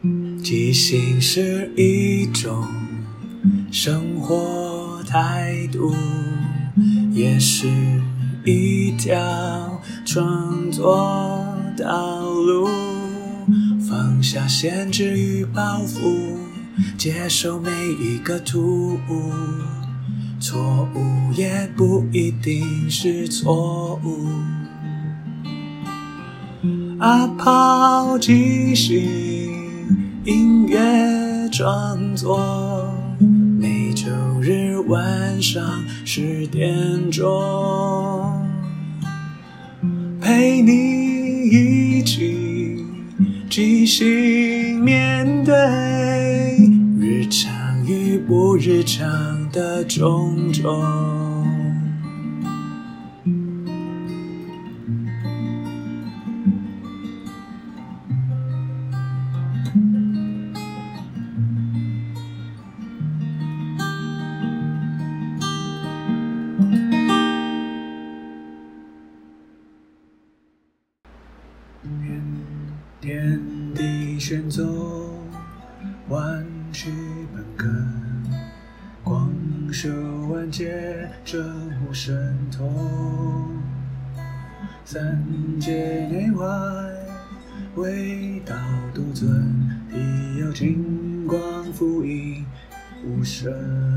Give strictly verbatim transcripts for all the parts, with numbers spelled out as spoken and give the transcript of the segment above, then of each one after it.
即兴是一种生活态度，也是一条创作道路。放下限制与包袱，接受每一个突兀，错误也不一定是错误。阿炮即兴音乐创作，每周日晚上十点钟，陪你一起即兴面对日常与不日常的种种。点滴旋奏，弯曲本根，光手腕接着无声痛，三界内外味道独尊，体有金光复印无声，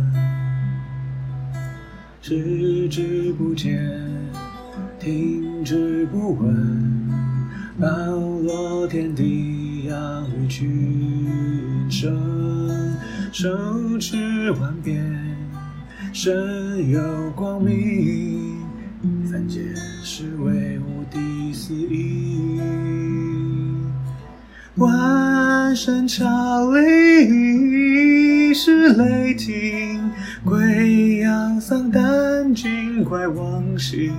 视之不见，听之不闻，包罗天地，养育群生，手持万变，身有光明，三界是为无敌肆意。万山朝礼是雷霆，鬼妖丧胆，精怪妄行。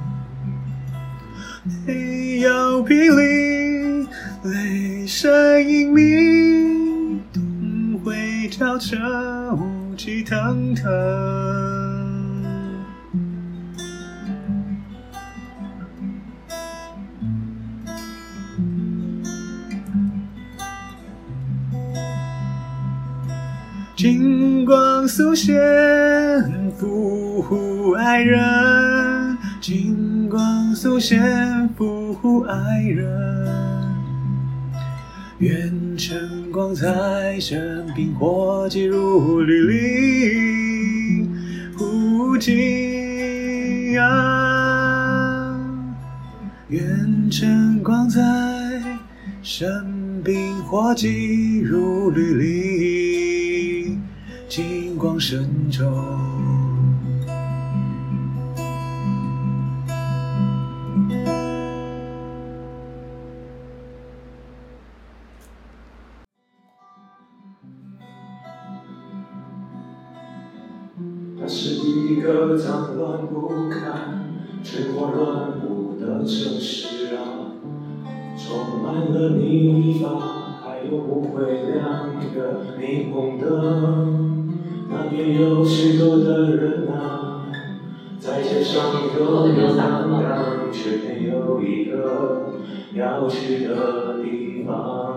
没有霹雳，雷声隐秘，东会交彻，雾气腾腾。金光素现，俘获爱人，金光素现，俘获爱人。愿晨光彩，生冰火击入履历，无尽啊！愿晨光彩，生冰火击入履历，金光深重。 它是一个脏乱不堪、沉默乱舞的城市啊，充满了泥巴，还有不会亮的霓虹灯。那边有许多的人啊，在街上悠悠荡荡，却没有一个要去的地方。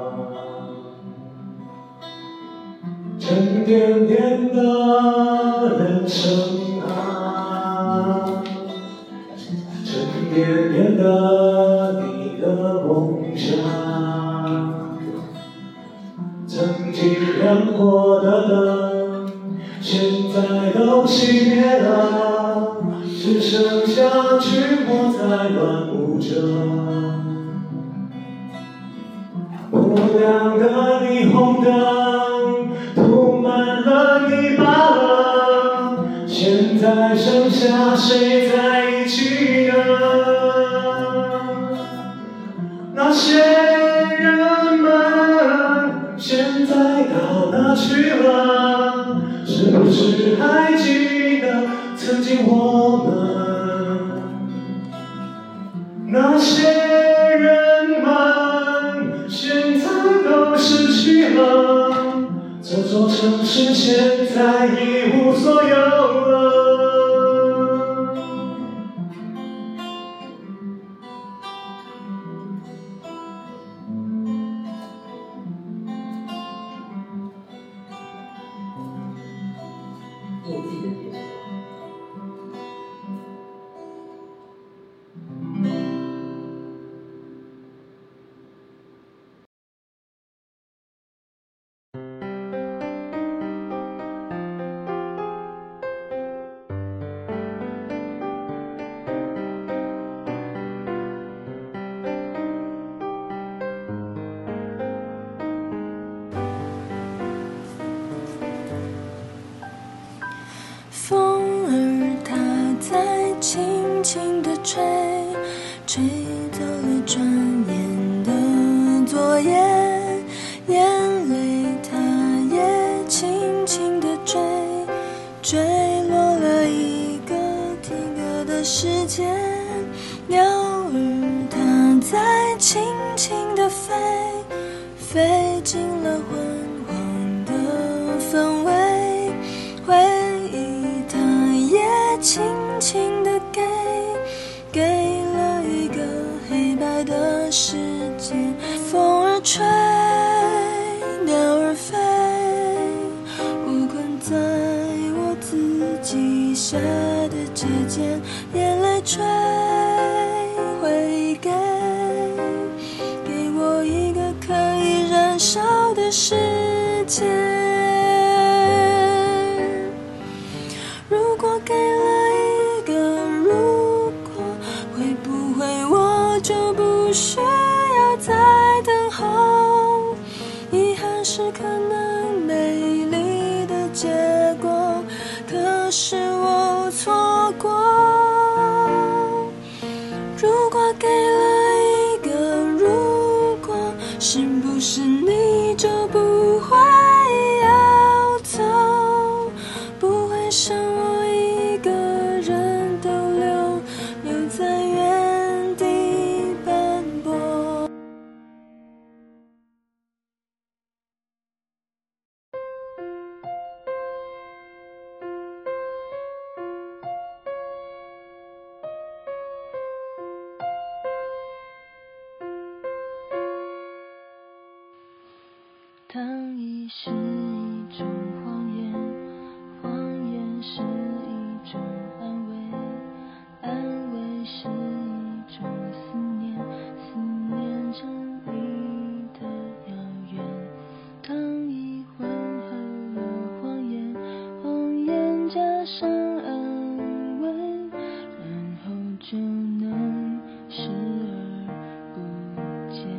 沉甸甸的人生啊，沉甸甸的你的梦想，曾经亮过的灯，现在都熄灭了，只剩下巨魔在乱舞着。不亮的霓虹灯涂满了泥巴了，现在剩下谁在一起呢？那些人们现在到哪去了？是不是还记得曾经我们？那些人们现在都失去了，这座城市现在一无所有了。 你也记得这句话。 风儿它在轻轻地吹，吹走了转眼的昨夜，眼泪它也轻轻地追，坠落了一个定格的时间。鸟儿它在轻轻地飞，飞进了昏黄的氛围，回忆它也轻轻地给给了一个黑白的世界。风儿吹，鸟儿飞，我困在我自己下的结茧，眼泪垂，回忆给给我一个可以燃烧的世界。如果给了一个如果，会不会我就不需要再等候？遗憾是可能美丽的结果，可是我错过。如果给了一个如果，是不是你就不会要走？不会剩我一个人逗留，留在原地斑驳。糖衣是一种谎言，谎言是一种安慰，安慰是一种思念，思念着你的遥远。糖衣混合了谎言，谎言加上安慰，然后就能视而不见。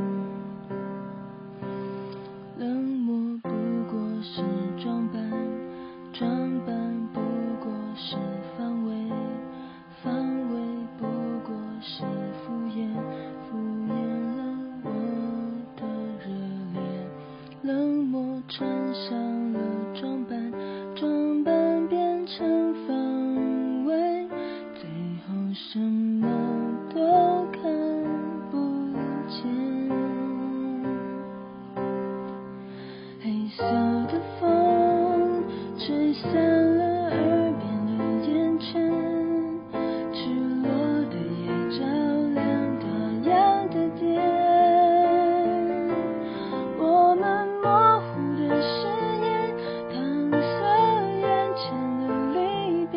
冷漠不过是装扮，装扮不过是防卫，防卫不过是敷衍，敷衍了我的热烈。冷漠穿上了装扮，装扮变成防卫，最后什么都看不见。黑色的风吹散了耳边的烟圈，赤裸的夜照亮它样的点。我们模糊的誓言搪塞眼前的离别，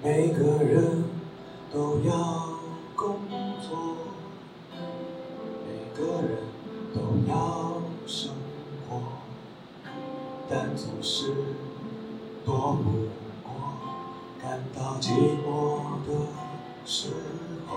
每个人都要工作，每个人都要生活，但总是躲不过感到寂寞的时候。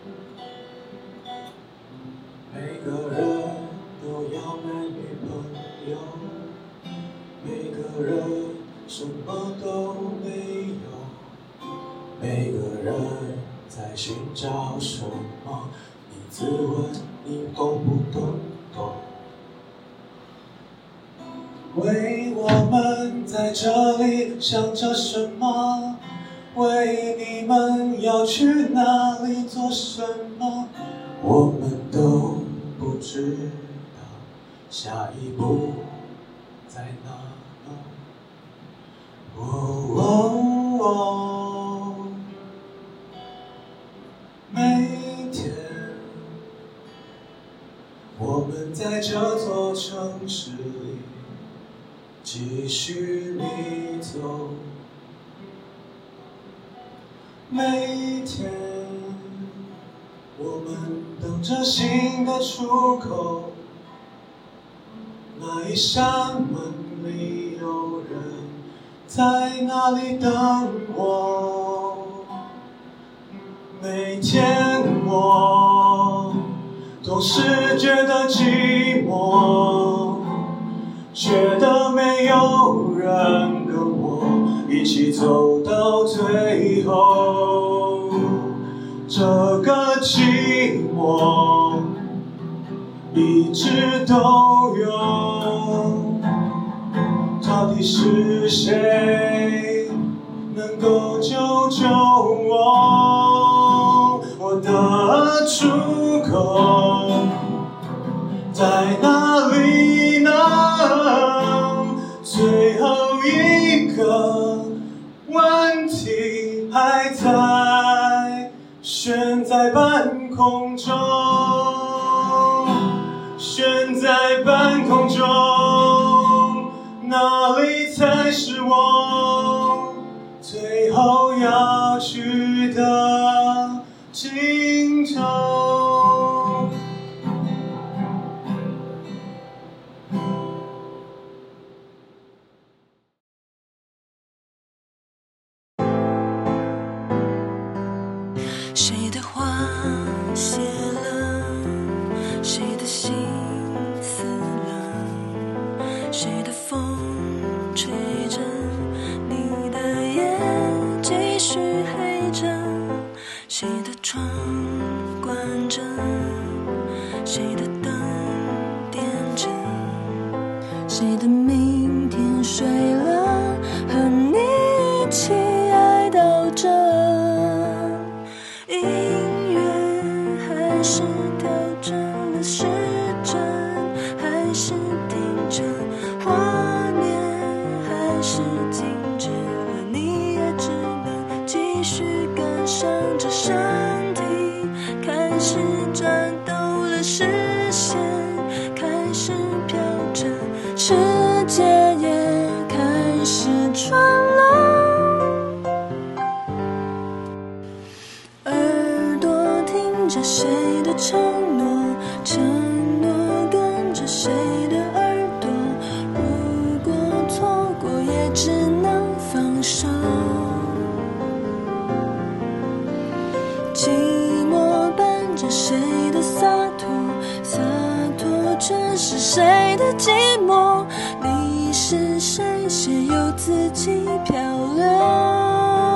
每个人都要男女朋友，每个人什么都没有，每个人在寻找什么？你自问，你懂不懂？懂。为我们在这里想着什么？为你们要去哪里做什么？我们都不知道下一步在哪呢？哦哦哦，每天我们在这座城市里继续迷走，每天我们等着新的出口，那一扇门里有人在那里等我。每天我总是觉得寂寞，觉得没有人跟我一起走到最后。这个寂寞一直都有，到底是谁能够救救我？我的出口在哪里呢？最后一个问题还在悬在半空中，悬在半空中，哪里才是我最后要去的尽头？ 谁的话谢了，谁的心死了，谁的风吹着，你的夜继续黑着，谁的窗关着，谁的灯点着，谁的明天睡了，和你一起哀悼着。音乐还是调整了时针，还是停着，画面还是静止了，你也只能继续感伤着，身体开始战斗了，视线开始飘着，世界也开始转了。着谁的承诺，承诺跟着谁的耳朵，如果错过也只能放手。寂寞伴着谁的洒脱，洒脱却是谁的寂寞，你是谁，谁又自己漂流。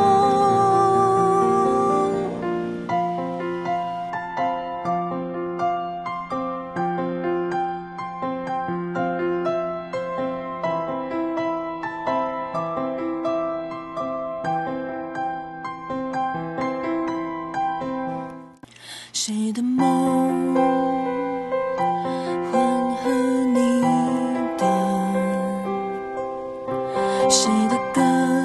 谁的梦混合你的，谁的歌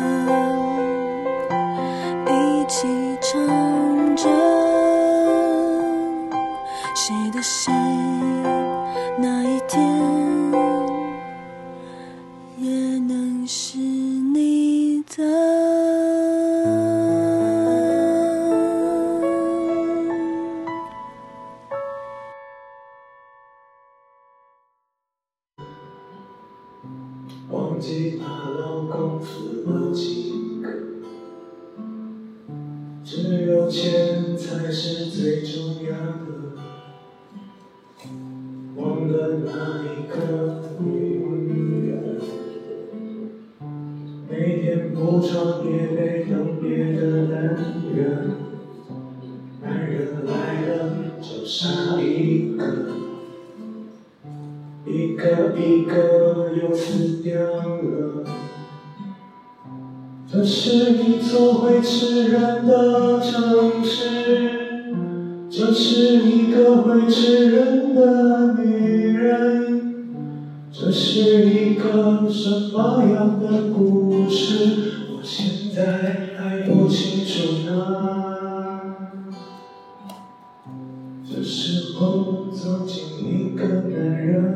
一起唱着，谁的心那一天也能是你的。 忘记她老公死了几个，只有钱才是最重要的。忘了那一个女人，每天铺床也被等别的男人，男人来了就杀一个，一个一个又死掉了。这是一座会吃人的城市，这是一个会吃人的女人，这是一个什么样的故事？我现在还不清楚呢。这时候走进一个男人，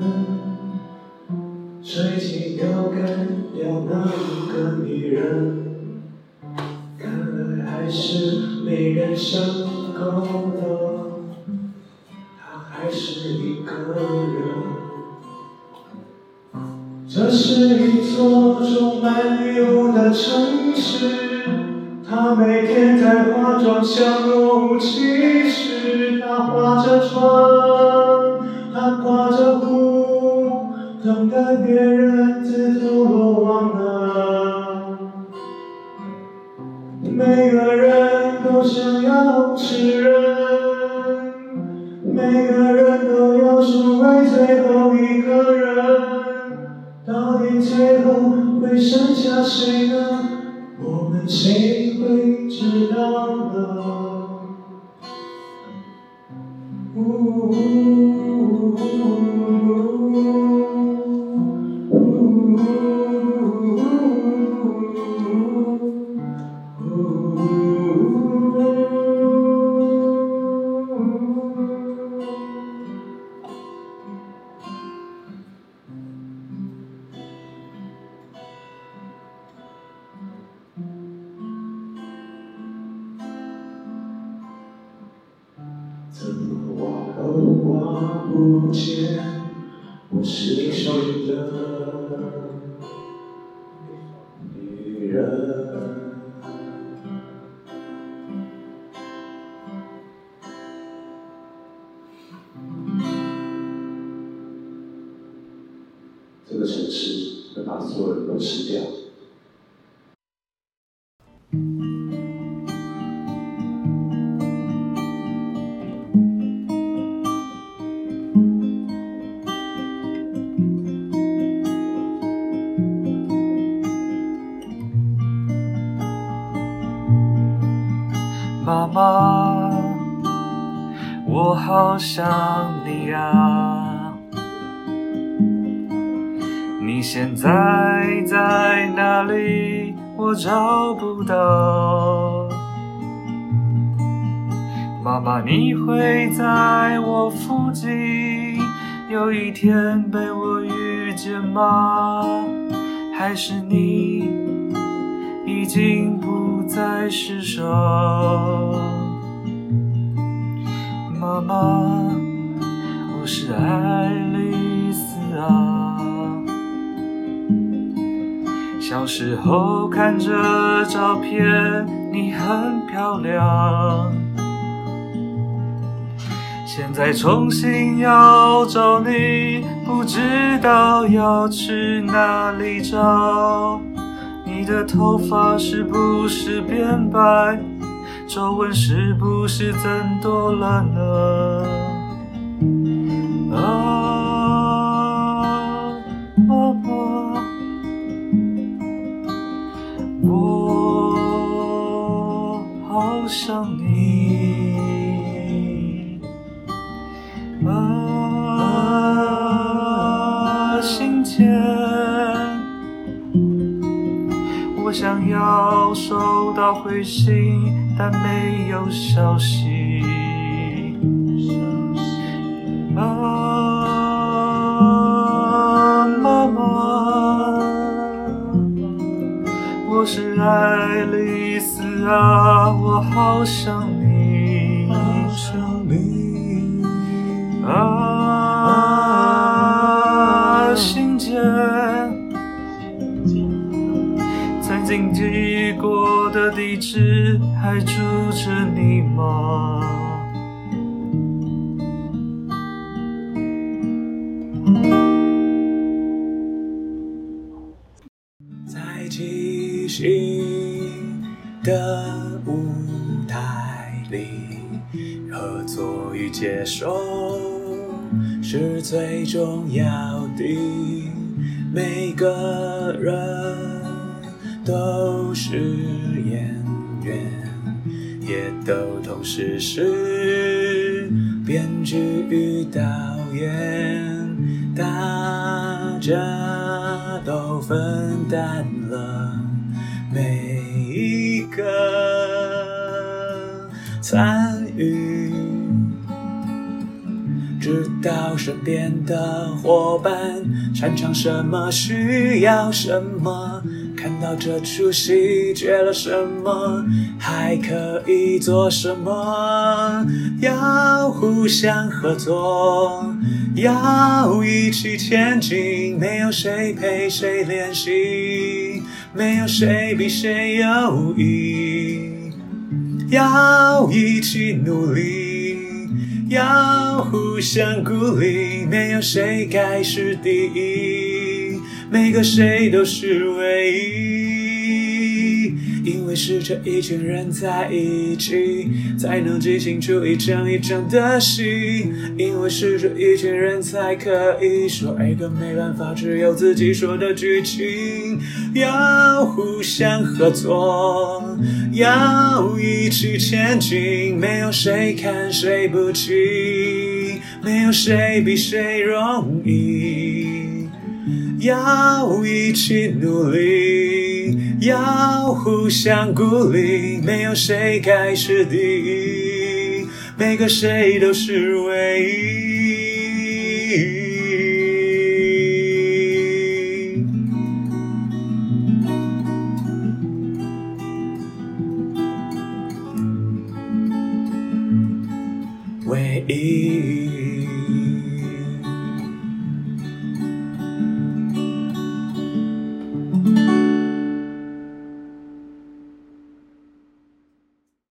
吹起标杆要那一个女人，看来还是没人想够的，他还是一个人。这是一座充满礼物的城市，他每天在化妆相若无其事，他化着妆，他刮着胡，等待别人自投罗网了。每个人都想要吃人，每个人都要成为最后一个人，到底最后会剩下谁呢？我们谁会知道呢？呜呜呜怎么挖都挖不见我失去的女人。这个城市会把所有人都吃掉。 妈妈，我好想你啊！你现在在哪里？我找不到。妈妈，你会在我附近，有一天被我遇见吗？还是你已经不再失手？妈妈，我是爱丽丝啊。小时候看着照片，你很漂亮。现在重新要找你，不知道要去哪里找。你的头发是不是变白？皱纹是不是增多了呢？啊，妈妈，我好想你。啊，心间我想要收到回信，但没有消息。啊，妈妈，我是爱丽丝啊，我好想你，好想你。啊，心间直还住着你吗？ 在即兴的舞台里，合作与接受是最重要的。每个人都是演员，也都同时是编剧与导演，大家都分担了每一个参与，知道身边的伙伴擅长什么，需要什么，看到这出戏缺了什么，还可以做什么，要互相合作，要一起前进，没有谁陪谁练习，没有谁比谁优异，要一起努力，要互相鼓励，没有谁该是第一，每个谁都是唯一，因为是这一群人在一起，才能即兴出一场一场的戏，因为是这一群人才可以说一个没办法只有自己说的剧情，要互相合作，要一起前进，没有谁看谁不起，没有谁比谁容易，要一起努力，要互相鼓励，没有谁该是第一，每个谁都是唯一。唯一